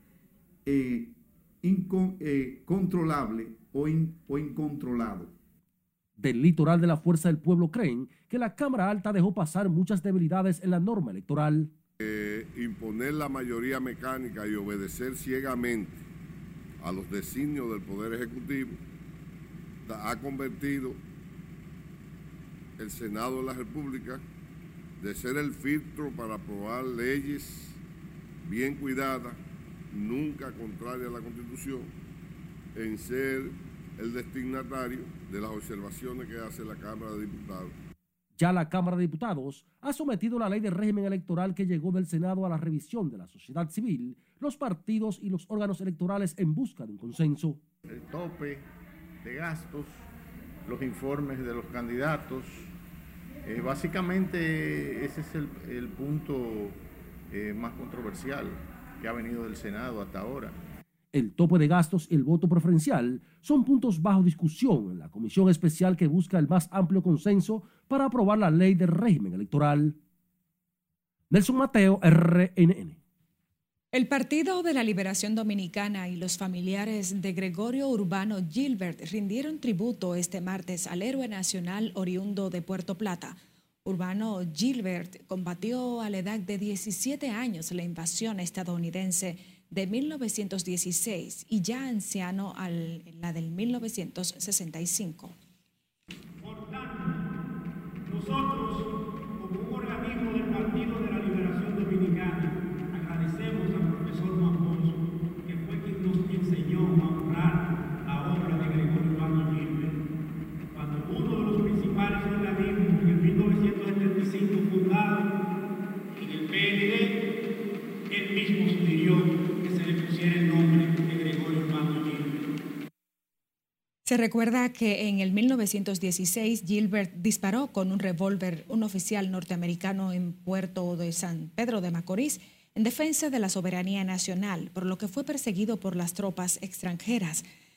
Speaker 15: controlable o incontrolado.
Speaker 5: Del litoral de la Fuerza del Pueblo creen que la Cámara Alta dejó pasar muchas debilidades en la norma electoral.
Speaker 16: Imponer la mayoría mecánica y obedecer ciegamente a los designios del Poder Ejecutivo ha convertido el Senado de la República de ser el filtro para aprobar leyes bien cuidadas, nunca contraria a la Constitución, en ser el destinatario de las observaciones que hace la Cámara de Diputados.
Speaker 5: Ya la Cámara de Diputados ha sometido la ley de régimen electoral que llegó del Senado a la revisión de la sociedad civil, los partidos y los órganos electorales en busca de un consenso.
Speaker 17: El tope de gastos, los informes de los candidatos, básicamente ese es el punto más controversial que ha venido del Senado hasta ahora.
Speaker 5: El tope de gastos y el voto preferencial son puntos bajo discusión en la comisión especial que busca el más amplio consenso para aprobar la ley de régimen electoral. Nelson Mateo, RNN.
Speaker 1: El Partido de la Liberación Dominicana y los familiares de Gregorio Urbano Gilbert rindieron tributo este martes al héroe nacional oriundo de Puerto Plata. Urbano Gilbert combatió a la edad de 17 años la invasión estadounidense de 1916 y ya anciano la del 1965.
Speaker 18: Por tanto, nosotros, como un organismo del Partido de la Liberación Dominicana, agradecemos al profesor Maposo, que fue quien nos enseñó a honrar la obra de Gregorio Urbano Gilbert, cuando uno de los principales organismos en el 1975 fundado en el PLD, él mismo sugirió que se le pusiera el nombre de Gregorio Urbano Gilbert.
Speaker 1: Se recuerda que en el 1916 Gilbert disparó con un revólver un oficial norteamericano en Puerto de San Pedro de Macorís en defensa de la soberanía nacional, por lo que fue perseguido por las tropas extranjeras.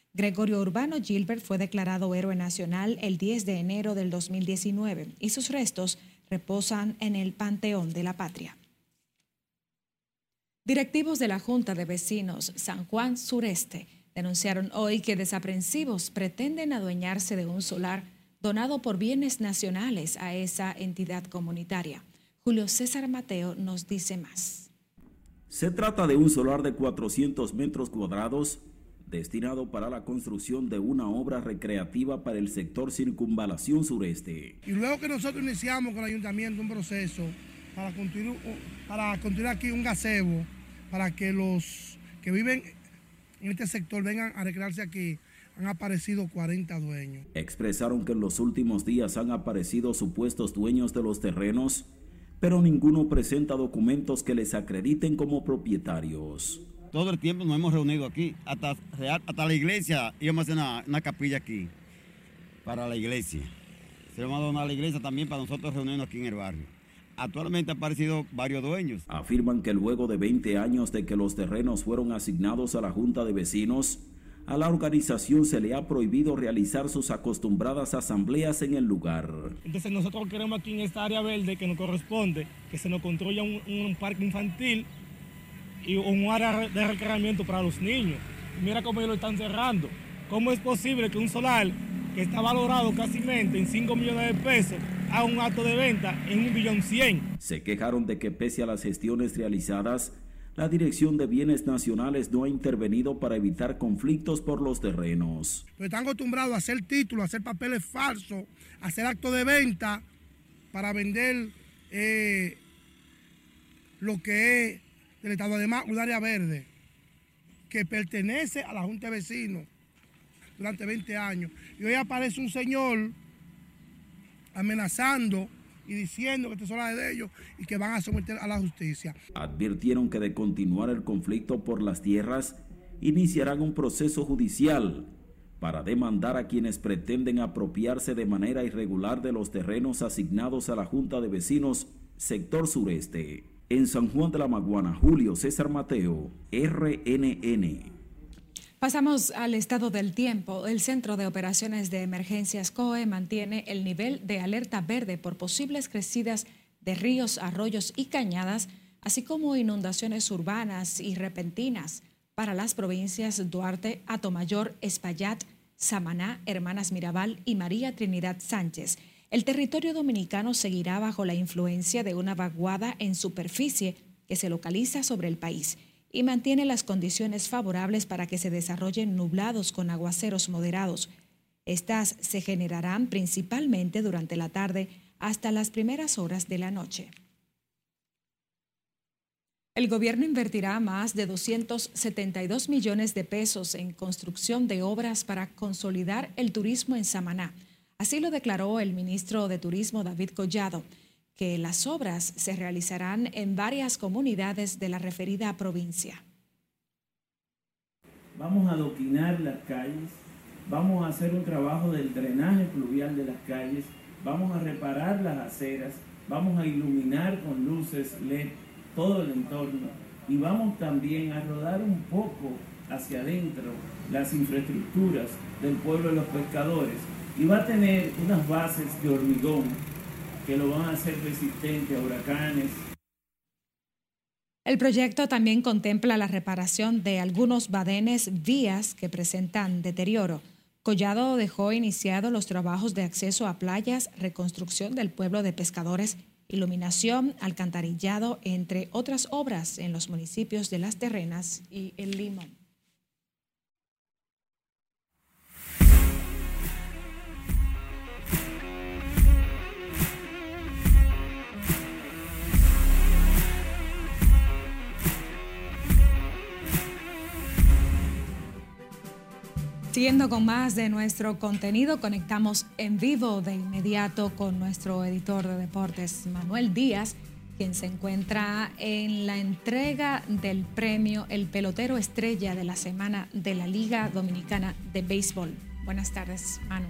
Speaker 1: Gregorio Urbano Gilbert fue declarado héroe nacional el 10 de enero del 2019 y sus restos reposan en el Panteón de la Patria. Directivos de la Junta de Vecinos San Juan Sureste denunciaron hoy que desaprensivos pretenden adueñarse de un solar donado por Bienes Nacionales a esa entidad comunitaria. Julio César Mateo nos dice más.
Speaker 19: Se trata de un solar de 400 metros cuadrados destinado para la construcción de una obra recreativa para el sector Circunvalación Sureste.
Speaker 4: Y luego que nosotros iniciamos con el ayuntamiento un proceso para construir aquí un gazebo, para que los que viven en este sector vengan a recrearse aquí, han aparecido 40 dueños.
Speaker 19: Expresaron que en los últimos días han aparecido supuestos dueños de los terrenos, pero ninguno presenta documentos que les acrediten como propietarios.
Speaker 20: Todo el tiempo nos hemos reunido aquí, hasta la iglesia íbamos a hacer una capilla aquí, para la iglesia. Se lo hemos donado a la iglesia también para nosotros reunirnos aquí en el barrio. Actualmente han aparecido varios dueños.
Speaker 19: Afirman que luego de 20 años de que los terrenos fueron asignados a la Junta de Vecinos, a la organización se le ha prohibido realizar sus acostumbradas asambleas en el lugar.
Speaker 21: Entonces nosotros queremos aquí en esta área verde que nos corresponde, que se nos construya un parque infantil y un área de recreamiento para los niños. Mira cómo ellos lo están cerrando. ¿Cómo es posible que un solar que está valorado casi en 5 millones de pesos haga un acto de venta en 1.100.000?
Speaker 19: Se quejaron de que pese a las gestiones realizadas, la Dirección de Bienes Nacionales no ha intervenido para evitar conflictos por los terrenos.
Speaker 4: Pero están acostumbrados a hacer títulos, a hacer papeles falsos, a hacer actos de venta para vender lo que es del Estado. Además, un área verde que pertenece a la Junta de Vecinos durante 20 años. Y hoy aparece un señor amenazando y diciendo que este solar es de ellos y que van a someter a la justicia.
Speaker 19: Advirtieron que de continuar el conflicto por las tierras, iniciarán un proceso judicial para demandar a quienes pretenden apropiarse de manera irregular de los terrenos asignados a la Junta de Vecinos Sector Sureste. En San Juan de la Maguana, Julio César Mateo, RNN.
Speaker 1: Pasamos al estado del tiempo. El Centro de Operaciones de Emergencias COE mantiene el nivel de alerta verde por posibles crecidas de ríos, arroyos y cañadas, así como inundaciones urbanas y repentinas para las provincias Duarte, Atomayor, Espaillat, Samaná, Hermanas Mirabal y María Trinidad Sánchez. El territorio dominicano seguirá bajo la influencia de una vaguada en superficie que se localiza sobre el país y mantiene las condiciones favorables para que se desarrollen nublados con aguaceros moderados. Estas se generarán principalmente durante la tarde hasta las primeras horas de la noche. El gobierno invertirá más de 272 millones de pesos en construcción de obras para consolidar el turismo en Samaná. Así lo declaró el ministro de Turismo, David Collado, que las obras se realizarán en varias comunidades de la referida provincia.
Speaker 22: Vamos a adoquinar las calles, vamos a hacer un trabajo del drenaje pluvial de las calles, vamos a reparar las aceras, vamos a iluminar con luces LED todo el entorno y vamos también a rodar un poco hacia adentro las infraestructuras del pueblo de los pescadores y va a tener unas bases de hormigón que lo van a hacer resistente a huracanes.
Speaker 1: El proyecto también contempla la reparación de algunos badenes vías que presentan deterioro. Collado dejó iniciados los trabajos de acceso a playas, reconstrucción del pueblo de pescadores, iluminación, alcantarillado, entre otras obras en los municipios de Las Terrenas y El Limón. Siguiendo con más de nuestro contenido, conectamos en vivo de inmediato con nuestro editor de deportes, Manuel Díaz, quien se encuentra en la entrega del premio El Pelotero Estrella de la Semana de la Liga Dominicana de Béisbol. Buenas tardes, Manu.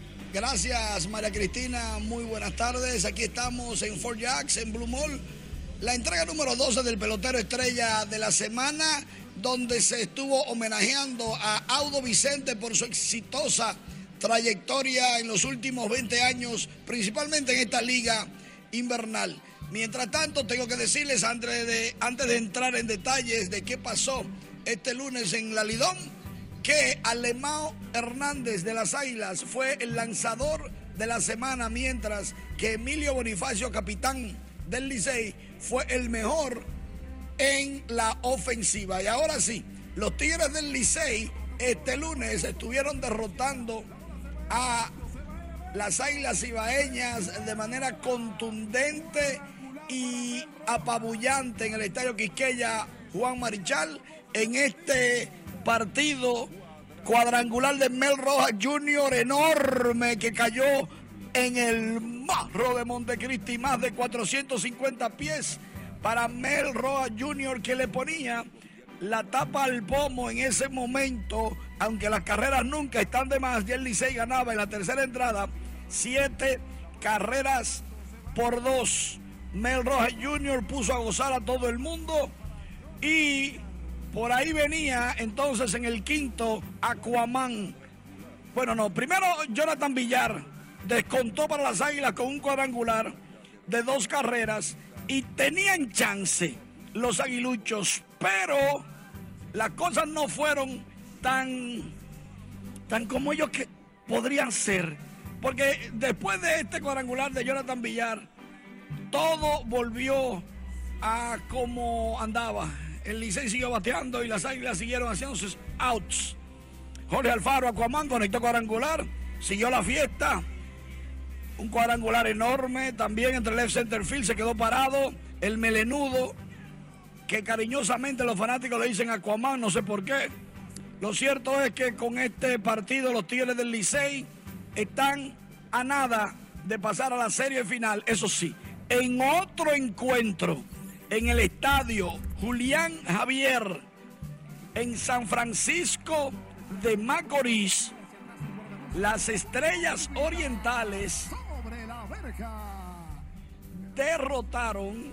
Speaker 23: Gracias, María Cristina. Muy buenas tardes. Aquí estamos en Fort Jax, en Blue Mall,
Speaker 7: la entrega número 12 del pelotero estrella de la semana, donde se estuvo homenajeando a Audo Vicente por su exitosa trayectoria en los últimos 20 años, principalmente en esta liga invernal. Mientras tanto, tengo que decirles, antes de entrar en detalles de qué pasó este lunes en la Lidón, que Alemão Hernández de las Águilas fue el lanzador de la semana, mientras que Emilio Bonifacio, capitán del Licey, fue el mejor en la ofensiva. Y ahora sí, los Tigres del Licey este lunes estuvieron derrotando a las Águilas Cibaeñas de manera contundente y apabullante en el Estadio Quisqueya Juan Marichal, en este partido cuadrangular de Mel Rojas Jr. enorme, que cayó en el Morro de Montecristi, más de 450 pies para Mel Rojas Jr., que le ponía la tapa al pomo en ese momento, aunque las carreras nunca están de más. Y el Licey ganaba en la tercera entrada 7 carreras por 2. Mel Rojas Jr. puso a gozar a todo el mundo, y por ahí venía entonces en el quinto Aquaman. Bueno, no, primero Jonathan Villar descontó para las Águilas con un cuadrangular de 2 carreras y tenían chance los aguiluchos, pero las cosas no fueron tan como ellos que podrían ser, porque después de este cuadrangular de Jonathan Villar, todo volvió a como andaba. El Licey siguió bateando y las Águilas siguieron haciendo sus outs. Jorge Alfaro, Aquaman, conectó cuadrangular, siguió la fiesta. Un cuadrangular enorme también entre left center field, se quedó parado el melenudo, que cariñosamente los fanáticos le dicen Aquaman, no sé por qué. Lo cierto es que con este partido los Tigres del Licey están a nada de pasar a la serie final. Eso sí, en otro encuentro en el estadio Julián Javier en San Francisco de Macorís, las Estrellas Orientales derrotaron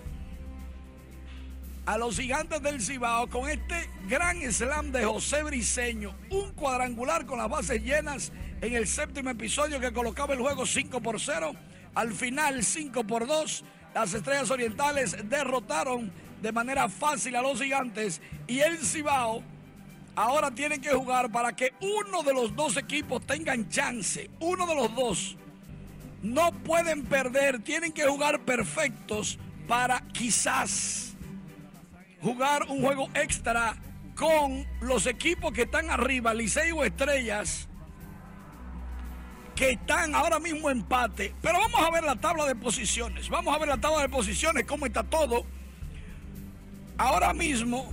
Speaker 7: a los Gigantes del Cibao con este gran slam de José Briceño, un cuadrangular con las bases llenas en el séptimo episodio que colocaba el juego 5-0. Al final 5-2, las Estrellas Orientales derrotaron de manera fácil a los Gigantes, y el Cibao ahora tiene que jugar para que uno de los dos equipos tengan chance. Uno de los dos. No pueden perder, tienen que jugar perfectos para quizás jugar un juego extra con los equipos que están arriba, Licey o Estrellas, que están ahora mismo empate. Pero vamos a ver la tabla de posiciones. Vamos a ver la tabla de posiciones, cómo está todo. Ahora mismo,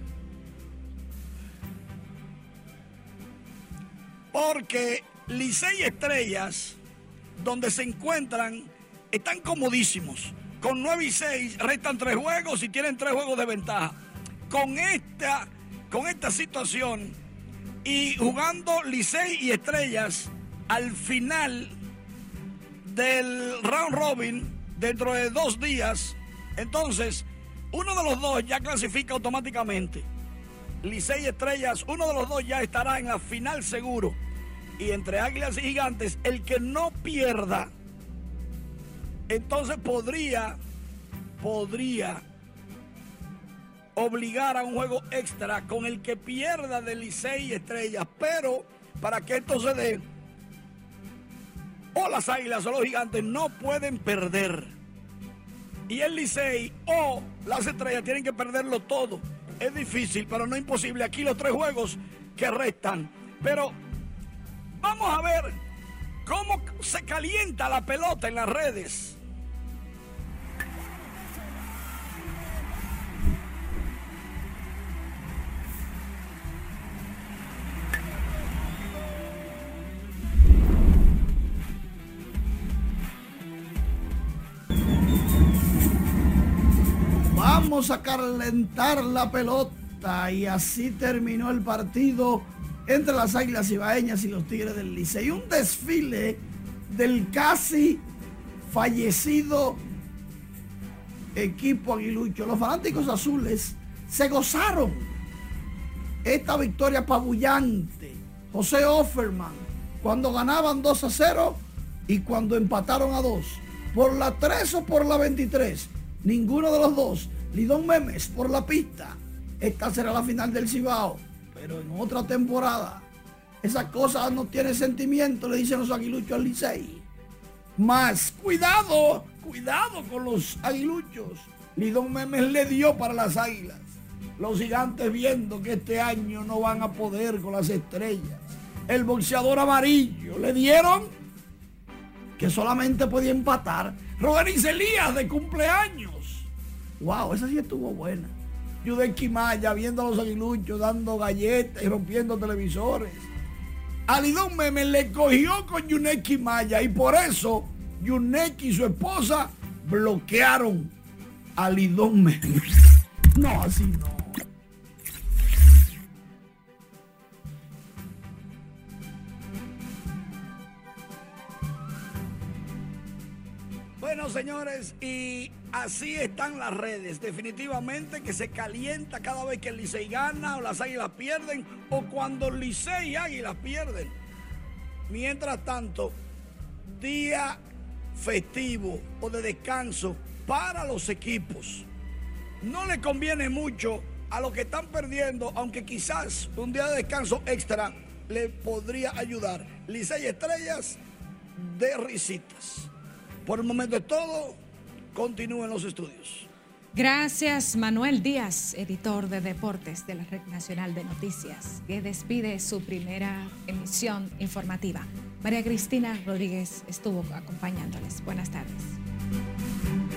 Speaker 7: porque Licey y Estrellas, donde se encuentran, están comodísimos. Con 9-6 restan 3 juegos y tienen 3 juegos de ventaja. Con esta situación y jugando Licey y Estrellas al final del round robin dentro de 2 días, entonces uno de los dos ya clasifica automáticamente. Licey y Estrellas, uno de los dos ya estará en la final seguro. Y entre Águilas y Gigantes, el que no pierda, entonces podría obligar a un juego extra con el que pierda de Licey y Estrellas. Pero para que esto se dé, o las Águilas o los Gigantes no pueden perder, y el Licey o las Estrellas tienen que perderlo todo. Es difícil, pero no imposible. Aquí los 3 juegos que restan. Pero vamos a ver cómo se calienta la pelota en las redes. Vamos a calentar la pelota, y así terminó el partido entre las Águilas Cibaeñas y los Tigres del Licey. Un desfile del casi fallecido equipo aguilucho. Los fanáticos azules se gozaron esta victoria apabullante. José Offerman, cuando ganaban 2-0 y cuando empataron a 2. Por la 3 o por la 23. Ninguno de los dos. Lidón Memes por la pista. Esta será la final del Cibao. Pero en otra temporada. Esas cosas no tienen sentimiento, le dicen los aguiluchos al Licey. Más, cuidado con los aguiluchos. Lidón Memes le dio para las Águilas. Los Gigantes, viendo que este año no van a poder con las Estrellas. El boxeador amarillo le dieron que solamente podía empatar. Roganis Elías de cumpleaños. Wow, esa sí estuvo buena. Yudeki Maya viendo a los aguiluchos dando galletas y rompiendo televisores. A Lidón Memes le cogió con Yuneki Maya y por eso Yuneki y su esposa bloquearon a Lidón Memes. No, así no. Bueno, señores, y así están las redes. Definitivamente que se calienta cada vez que el Licey gana o las Águilas pierden o cuando el Licey y Águilas pierden. Mientras tanto, día festivo o de descanso para los equipos. No le conviene mucho a los que están perdiendo, aunque quizás un día de descanso extra le podría ayudar. Licey Estrellas de risitas. Por el momento es todo. Continúen los estudios.
Speaker 1: Gracias, Manuel Díaz, editor de deportes de la Red Nacional de Noticias, que despide su primera emisión informativa. María Cristina Rodríguez estuvo acompañándoles. Buenas tardes.